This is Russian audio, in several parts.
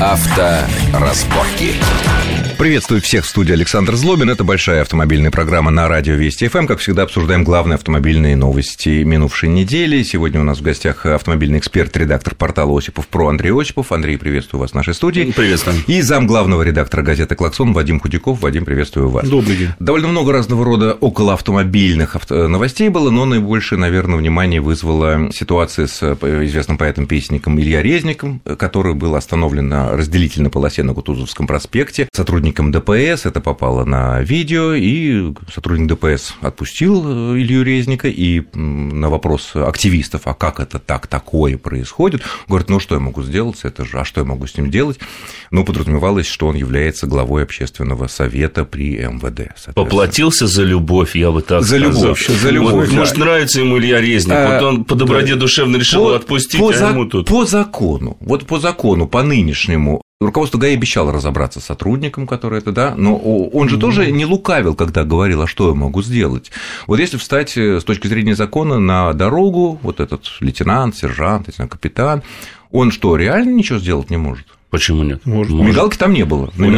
Авторазборки. Приветствую всех в студии Александр Злобин. Это большая автомобильная программа на радио Вести ФМ. Как всегда, обсуждаем главные автомобильные новости минувшей недели. Сегодня у нас в гостях автомобильный эксперт, редактор портала Осипов.про Андрей Осипов. Андрей, приветствую вас в нашей студии. Приветствую. И зам главного редактора газеты «Клаксон» Вадим Худяков. Вадим, приветствую вас. Добрый день. Довольно много разного рода околоавтомобильных новостей было, но наибольшее, наверное, внимание вызвала ситуация с известным поэтом-песенником Илья Резником, который был остановлен на разделительной полосе на Кутузовском проспекте сотрудником ДПС. Это попало на видео, и сотрудник ДПС отпустил Илью Резника, и на вопрос активистов, а как это такое происходит, говорит, ну что я могу сделать, это же, а что я могу с ним делать? Ну, подразумевалось, что он является главой общественного совета при МВД. Поплатился за любовь, я бы так сказал. За любовь. Вот, может, нравится ему Илья Резник, вот он по доброте душевно решил его отпустить, ему тут... По закону, по нынешнему, руководство ГАИ обещало разобраться с сотрудником, который это, да, но он же тоже не лукавил, когда говорил, а что я могу сделать. Вот если встать с точки зрения закона на дорогу, вот этот лейтенант, сержант, капитан, он что, реально ничего сделать не может? Почему нет? Может. Мигалки там не было. У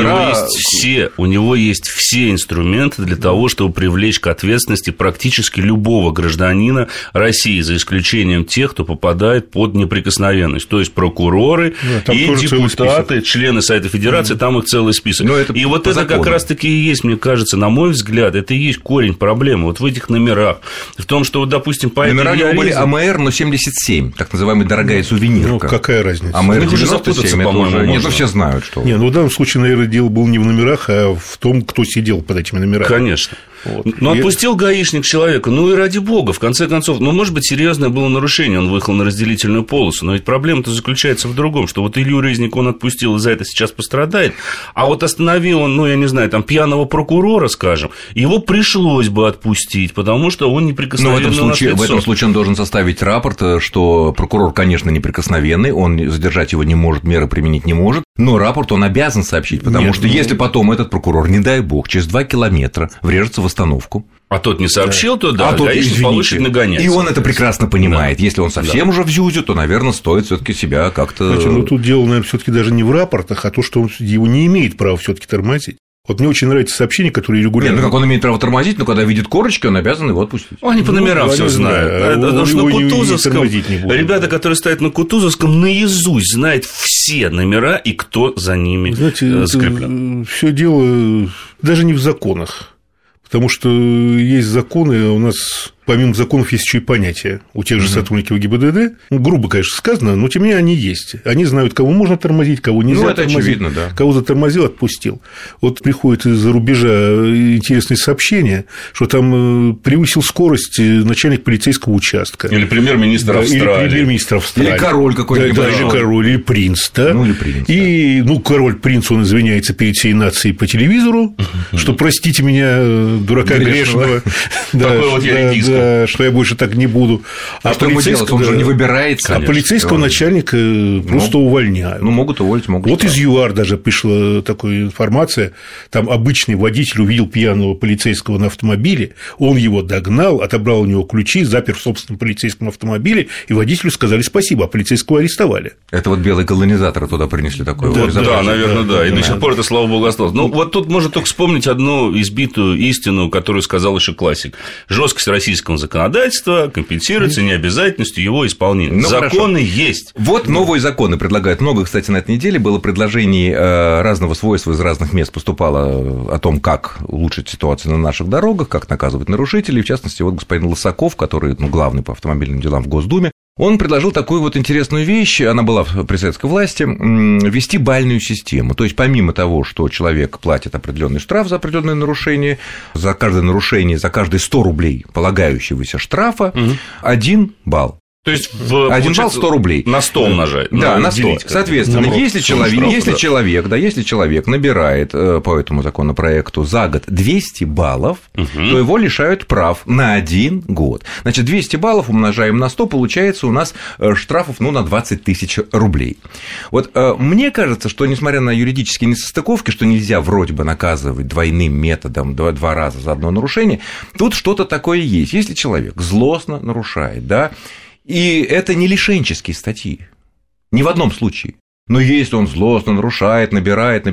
него есть все инструменты для того, чтобы привлечь к ответственности практически любого гражданина России, за исключением тех, кто попадает под неприкосновенность. То есть прокуроры и депутаты, члены Совета Федерации, там их целый список. И вот это как раз-таки и есть, мне кажется, на мой взгляд, это и есть корень проблемы. Вот в этих номерах. В том, что, вот, допустим, по номера у него были АМР, но 77, так называемая дорогая сувенирка. Ну, какая разница? АМР 97, это уже... Нет, ну все знают, что... Не, ну в данном случае, наверное, дело было не в номерах, а в том, кто сидел под этими номерами. Конечно. Вот. Но отпустил гаишник человека, ну и ради бога, в конце концов, ну, может быть, серьезное было нарушение, он выехал на разделительную полосу, но ведь проблема-то заключается в другом, что вот Илью Резника он отпустил, и за это сейчас пострадает, а вот остановил он, ну, я не знаю, там, пьяного прокурора, скажем, его пришлось бы отпустить, потому что он неприкосновенный. Но в этом случае он должен составить рапорт, что прокурор, конечно, неприкосновенный, он задержать его не может, меры применить не может, но рапорт он обязан сообщить, потому что если потом этот прокурор, не дай бог, через 2 километра врежется в остановку. А тот не сообщил, то да, гаишник получит нагоняться. И он это прекрасно понимает. Да. Если он совсем уже в зюзе, то, наверное, стоит все-таки себя как-то. Ну, тут дело, наверное, все-таки даже не в рапортах, а то, что он его не имеет права все-таки тормозить. Вот мне очень нравятся сообщения, которые регулярно... Нет, ну как он имеет право тормозить, но когда видит корочки, он обязан его отпустить. Они по номерам все знают. Потому что на Кутузовском ребята, которые стоят на Кутузовском, наизусть знают все номера и кто за ними закреплен. Все дело даже не в законах. Потому что есть законы, у нас помимо законов есть еще и понятия у тех же сотрудников ГИБДД. Ну, грубо, конечно, сказано, но тем не менее они есть. Они знают, кого можно тормозить, кого нельзя тормозить. Очевидно, да. Кого затормозил, отпустил. Вот приходит из-за рубежа интересные сообщения, что там превысил скорость начальник полицейского участка. Или премьер-министр Австралии. Или премьер-министр Австралии. Или король какой-нибудь. Да, даже король, или принц, да. Ну, или принц. И, король-принц, он извиняется перед всей нацией по телевизору, что простите меня, дурака грешного. Такой вот я редиск. Да, что я больше так не буду. А что ему делать? Он же не выбирается. А полицейского начальника просто увольняют. Ну, могут уволить, могут. Вот из ЮАР даже пришла такая информация. Там обычный водитель увидел пьяного полицейского на автомобиле, он его догнал, отобрал у него ключи, запер в собственном полицейском автомобиле, и водителю сказали спасибо, а полицейского арестовали. Это вот белые колонизаторы туда принесли такое. Да, наверное, да. И до сих пор это, слава богу, осталось. Ну, вот тут можно только вспомнить одну избитую истину, которую сказал еще классик. Жесткость российского законодательства компенсируется необязательностью его исполнения. Законы есть. Вот новые законы предлагают. Много, кстати, на этой неделе было предложений разного свойства, из разных мест поступало о том, как улучшить ситуацию на наших дорогах, как наказывать нарушителей. В частности, вот господин Лысаков, который главный по автомобильным делам в Госдуме, он предложил такую вот интересную вещь, она была при советской власти, ввести бальную систему. То есть, помимо того, что человек платит определенный штраф за определенное нарушение, за каждое нарушение, за каждые 100 рублей полагающегося штрафа, 1 балл. То есть, 1 балл 100 рублей. На 100 умножает. Да, на 100. Соответственно, если человек набирает по этому законопроекту за год 200 баллов, то его лишают прав на 1 год. Значит, 200 баллов умножаем на 100, получается у нас штрафов на 20 тысяч рублей. Вот мне кажется, что несмотря на юридические несостыковки, что нельзя вроде бы наказывать двойным методом 2 раза за одно нарушение, тут что-то такое есть. Если человек злостно нарушает, да, и это не лишенческие статьи, ни в одном случае. Но если он злостно нарушает, набирает,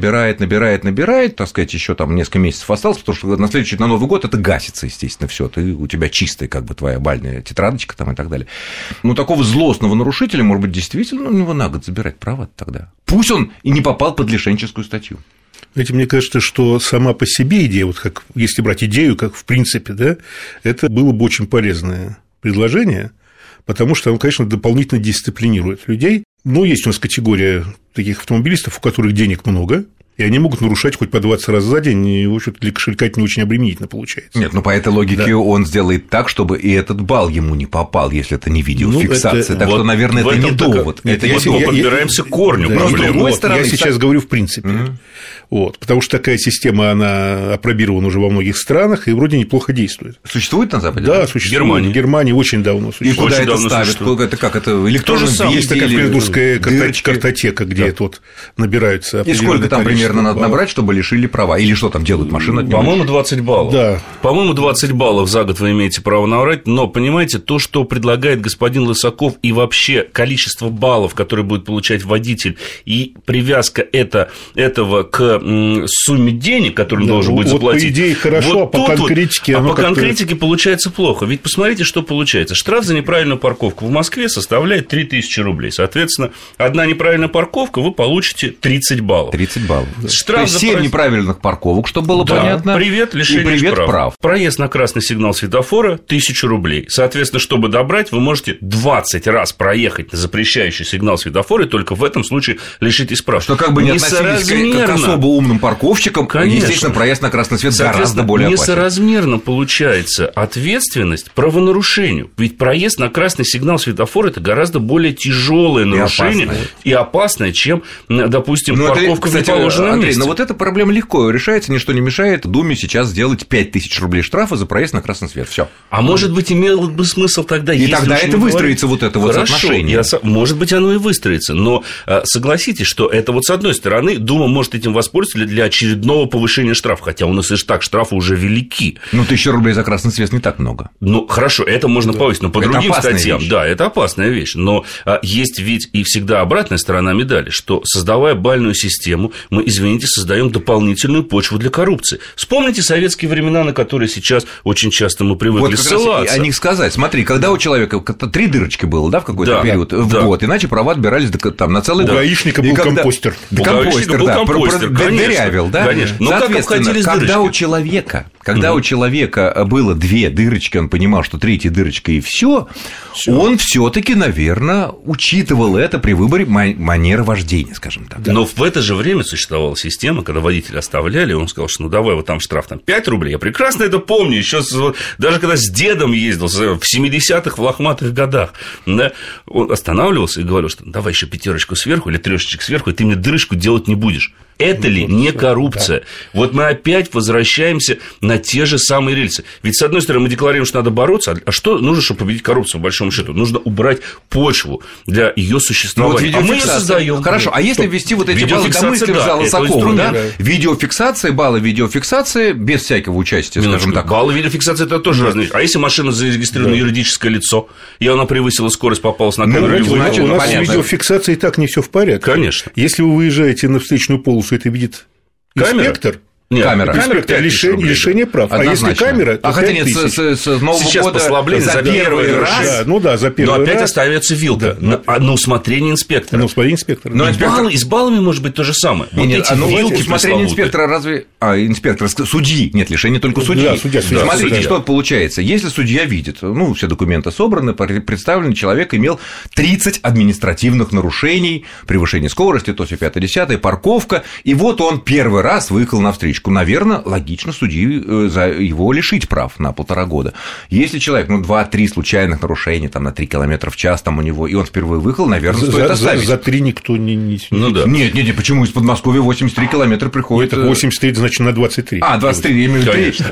так сказать, еще там несколько месяцев осталось, потому что на Новый год это гасится, естественно, все, у тебя чистая как бы твоя бальная тетрадочка там и так далее. Но такого злостного нарушителя, может быть, действительно у него на год забирать права тогда. Пусть он и не попал под лишенческую статью. Знаете, мне кажется, что сама по себе идея, вот как если брать идею, как в принципе, да, это было бы очень полезное предложение, потому что оно, конечно, дополнительно дисциплинирует людей. Но есть у нас категория таких автомобилистов, у которых денег много, и они могут нарушать хоть по 20 раз за день, и, в общем-то, для кошелька это не очень обременительно получается. Нет, ну по этой логике он сделает так, чтобы и этот балл ему не попал, если это не видеофиксация. Так что, наверное, это не довод. Это мы подбираемся к корню проблемы. Я сейчас говорю в принципе. Вот, потому что такая система, она апробирована уже во многих странах и вроде неплохо действует. Существует на Западе? Да, существует. В Германии очень давно существует. И куда это ставят? Это как это? Электронный билет? Есть такая французская картотека, где тут набираются. И сколько там примерно надо набрать, чтобы лишили права? Или что там делают? Машина? По-моему, 20 баллов. Да. По-моему, 20 баллов за год вы имеете право набрать, но, понимаете, то, что предлагает господин Лысаков, и вообще количество баллов, которые будет получать водитель, и привязка этого к сумме денег, которую он должен будет заплатить. По идее хорошо, вот а по конкретике получается плохо. Ведь посмотрите, что получается. Штраф за неправильную парковку в Москве составляет 3000 рублей. Соответственно, одна неправильная парковка, вы получите 30 баллов. 30 баллов. Штраф за 7 неправильных парковок, чтобы было понятно. Привет, лишение прав. Проезд на красный сигнал светофора 1000 рублей. Соответственно, чтобы добрать, вы можете 20 раз проехать на запрещающий сигнал светофора, и только в этом случае лишитесь прав. Что как бы не относились к особо умным парковщикам, естественно, проезд на красный свет гораздо более опасен. Несоразмерно получается ответственность правонарушению. Ведь проезд на красный сигнал светофора – это гораздо более тяжелое нарушение и опасное, чем, допустим, парковка в неположенном месте. Но вот эта проблема легко решается, ничто не мешает Думе сейчас сделать 5000 рублей штрафа за проезд на красный свет. Все. А может быть, имело бы смысл тогда... И тогда это выстроится, вот это вот соотношение. Может быть, оно и выстроится, но согласитесь, что это вот с одной стороны Дума может этим воспользоваться для очередного повышения штрафа, хотя у нас и так штрафы уже велики. Ну, 1000 рублей за красный свет не так много. Ну, хорошо, это можно повысить, но по другим статьям. Да, это опасная вещь, но есть ведь и всегда обратная сторона медали, что, создавая бальную систему, мы, извините, создаем дополнительную почву для коррупции. Вспомните советские времена, на которые сейчас очень часто мы привыкли ссылаться. О них сказать. Смотри, когда у человека 3 дырочки было, да, в какой-то период в год, иначе права отбирались там на целый год. У гаишника был компостер. Компостер, да, дырявил, да? Конечно. Но как обходились дырочки? Когда у человека было 2 дырочки, он понимал, что 3-я дырочка и все, он все-таки, наверное, учитывал это при выборе манеры вождения, скажем так. Но в это же время существовала система, когда водителя оставляли, и он сказал, что ну давай, вот там штраф 5 рублей. Я прекрасно это помню, еще даже когда с дедом ездил в 70-х, в лохматых годах, да, он останавливался и говорил, что давай еще 5 сверху или 3 сверху, и ты мне дырочку делать не будешь. Это ли не коррупция? Да. Вот мы опять возвращаемся на те же самые рельсы. Ведь, с одной стороны, мы декларируем, что надо бороться, а что нужно, чтобы победить коррупцию, по большому счету? Нужно убрать почву для ее существования. Вот мы ее создаем. Хорошо, а если ввести вот эти баллы домыслов зала Лысакова, да? Видеофиксация, баллы видеофиксации без всякого участия, скажем так. Баллы видеофиксации – это тоже разные. А если машина зарегистрирована юридическое лицо, и она превысила скорость, попалась на камеру? У нас с видеофиксацией и так не все в порядке. Конечно. Если вы выезжаете на встречную полосу, это видит инспектор. Нет, камера. Лишение прав. Однозначно. А если камера, то хотя нет, с Нового сейчас года послабление за первый раз. Да, за первый раз. Но опять остается вилка. Да. На усмотрение инспектора. На усмотрение инспектора. Но и с баллами может быть то же самое. Вот эти вилки усмотрение инспектора разве... инспектора, судьи. Нет, лишение только судьи. Да, судья. Смотрите, что получается. Если судья видит, все документы собраны, представлены, человек имел 30 административных нарушений, превышение скорости, то все 5-10, парковка, и вот он первый раз выехал на встречку. Наверное, логично судьи за его лишить прав на 1,5 года. Если человек, 2-3 случайных нарушения там, на 3 км в час там у него, и он впервые выехал, наверное, стоит оставить. За 3 никто не... да. Нет, почему из Подмосковья 83 километра приходит? Нет, 83, значит, на 23. 23, я имею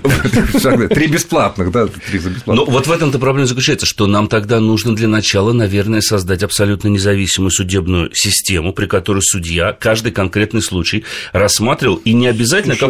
в виду 3 бесплатных, да, 3 за бесплатных. Ну, вот в этом-то проблема заключается, что нам тогда нужно для начала, наверное, создать абсолютно независимую судебную систему, при которой судья каждый конкретный случай рассматривал, и не обязательно, как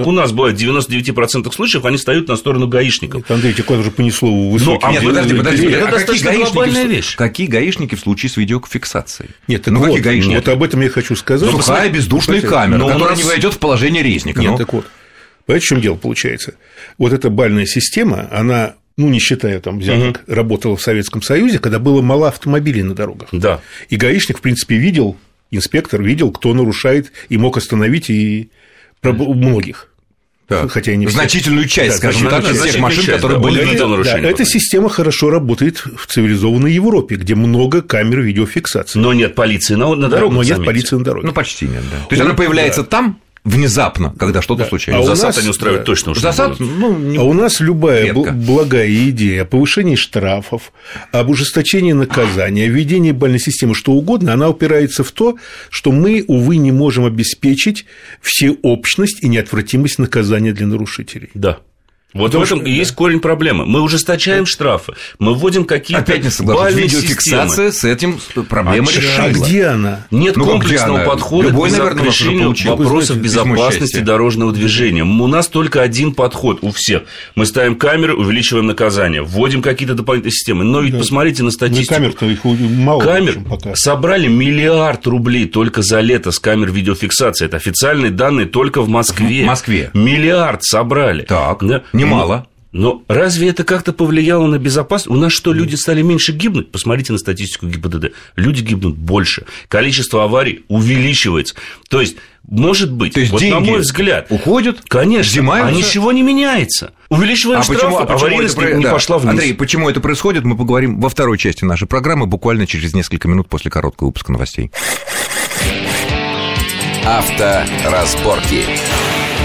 у нас бывает в 99% случаев, они встают на сторону гаишников. Это, Андрей, куда же понесло высокий... Нет, подожди. Это достаточно глобальная вещь. Какие гаишники в случае с видеофиксацией? Нет, так какие гаишники? Вот об этом я хочу сказать. Сухая бездушная камера, которая не войдет в положение резника. Нет, так вот. Понимаете, в чем дело получается? Вот эта бальная система, она, не считая там взяток, работала в Советском Союзе, когда было мало автомобилей на дорогах. Да. И гаишник, в принципе, видел, инспектор видел, кто нарушает, и мог остановить и многих. Так. Хотя и не значительную часть, скажем так, из тех машин, которые были нарушения. Эта система хорошо работает в цивилизованной Европе, где много камер видеофиксации. Но нет полиции на дорогах. Но нет полиции на дороге. Почти нет, да. То есть она появляется там внезапно, когда что-то случается. Засад они устраивают точно уж. Засад, а у нас любая благая идея о повышении штрафов, об ужесточении наказания, о введении бальной системы, что угодно, она упирается в то, что мы, увы, не можем обеспечить всеобщность и неотвратимость наказания для нарушителей. Да. Вот в этом и есть корень проблемы. Мы ужесточаем штрафы, мы вводим какие-то опять не соглашусь. Видеофиксация с этим проблема решила. А где она? Нет комплексного подхода к решению вопросов безопасности дорожного движения. У нас только один подход у всех. Мы ставим камеры, увеличиваем наказание, вводим какие-то дополнительные системы. Но ведь посмотрите на статистику. Камер-то их мало. Камер собрали 1 миллиард рублей только за лето с камер видеофиксации. Это официальные данные только в Москве. 1 миллиард собрали. Так. Немало. Но разве это как-то повлияло на безопасность? У нас что, люди стали меньше гибнуть? Посмотрите на статистику ГИБДД. Люди гибнут больше. Количество аварий увеличивается. То есть, может быть, вот на мой взгляд, уходят, конечно, а ничего не меняется. Увеличиваем штрафы, аварийность не пошла вниз. Андрей, почему это происходит, мы поговорим во второй части нашей программы, буквально через несколько минут после короткого выпуска новостей. Авторазборки.